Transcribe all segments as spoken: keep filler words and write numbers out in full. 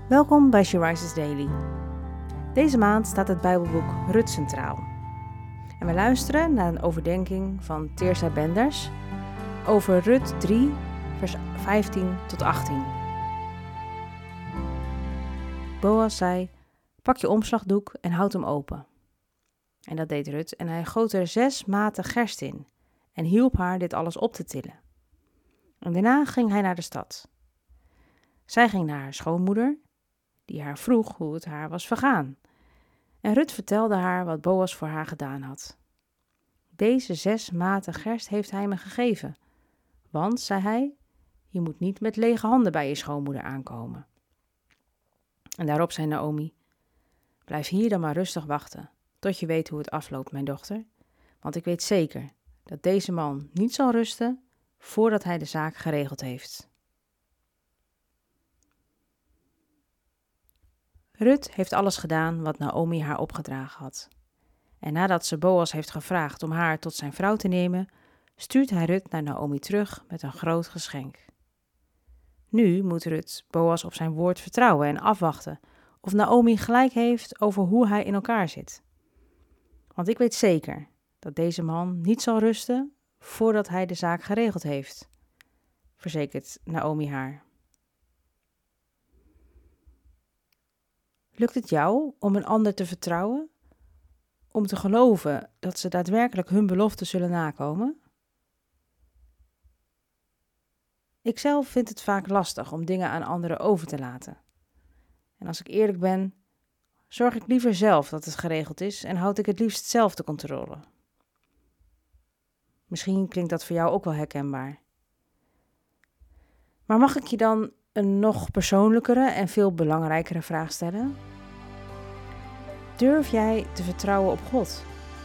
Welkom bij She Rises Daily. Deze maand staat het Bijbelboek Rut centraal. En we luisteren naar een overdenking van Teersa Benders over Rut drie, vers vijftien tot achttien. Boas zei, pak je omslagdoek en houd hem open. En dat deed Rut en hij goot er zes maten gerst in en hielp haar dit alles op te tillen. En daarna ging hij naar de stad. Zij ging naar haar schoonmoeder, die haar vroeg hoe het haar was vergaan. En Rut vertelde haar wat Boas voor haar gedaan had. Deze zes maten gerst heeft hij me gegeven. Want, zei hij, je moet niet met lege handen bij je schoonmoeder aankomen. En daarop zei Naomi, blijf hier dan maar rustig wachten, tot je weet hoe het afloopt, mijn dochter. Want ik weet zeker dat deze man niet zal rusten voordat hij de zaak geregeld heeft. Rut heeft alles gedaan wat Naomi haar opgedragen had. En nadat ze Boas heeft gevraagd om haar tot zijn vrouw te nemen, stuurt hij Rut naar Naomi terug met een groot geschenk. Nu moet Rut Boas op zijn woord vertrouwen en afwachten of Naomi gelijk heeft over hoe hij in elkaar zit. Want ik weet zeker dat deze man niet zal rusten voordat hij de zaak geregeld heeft, verzekert Naomi haar. Lukt het jou om een ander te vertrouwen? Om te geloven dat ze daadwerkelijk hun belofte zullen nakomen? Ikzelf vind het vaak lastig om dingen aan anderen over te laten. En als ik eerlijk ben, zorg ik liever zelf dat het geregeld is en houd ik het liefst zelf de controle. Misschien klinkt dat voor jou ook wel herkenbaar. Maar mag ik je dan een nog persoonlijkere en veel belangrijkere vraag stellen? Durf jij te vertrouwen op God?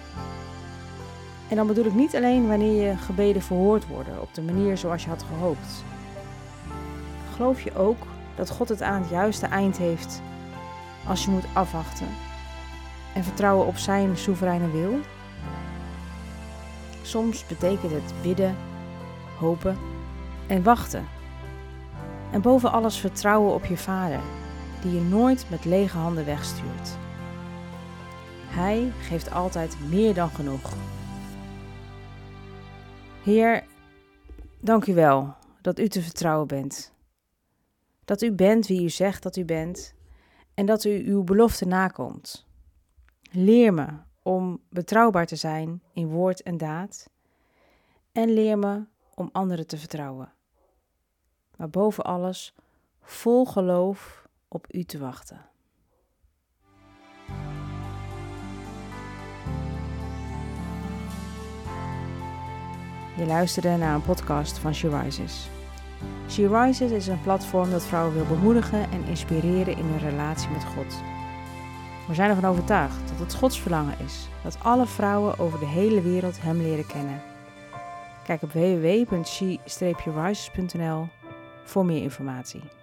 En dan bedoel ik niet alleen wanneer je gebeden verhoord worden op de manier zoals je had gehoopt. Geloof je ook dat God het aan het juiste eind heeft als je moet afwachten en vertrouwen op zijn soevereine wil? Soms betekent het bidden, hopen en wachten. En boven alles vertrouwen op je Vader, die je nooit met lege handen wegstuurt. Hij geeft altijd meer dan genoeg. Heer, dank u wel dat u te vertrouwen bent. Dat u bent wie u zegt dat u bent en dat u uw belofte nakomt. Leer me om betrouwbaar te zijn in woord en daad en leer me om anderen te vertrouwen. Maar boven alles vol geloof op u te wachten. Je luisterde naar een podcast van She Rises. She Rises is een platform dat vrouwen wil bemoedigen en inspireren in hun relatie met God. We zijn ervan overtuigd dat het Gods verlangen is dat alle vrouwen over de hele wereld hem leren kennen. Kijk op w w w punt she rises punt n l voor meer informatie.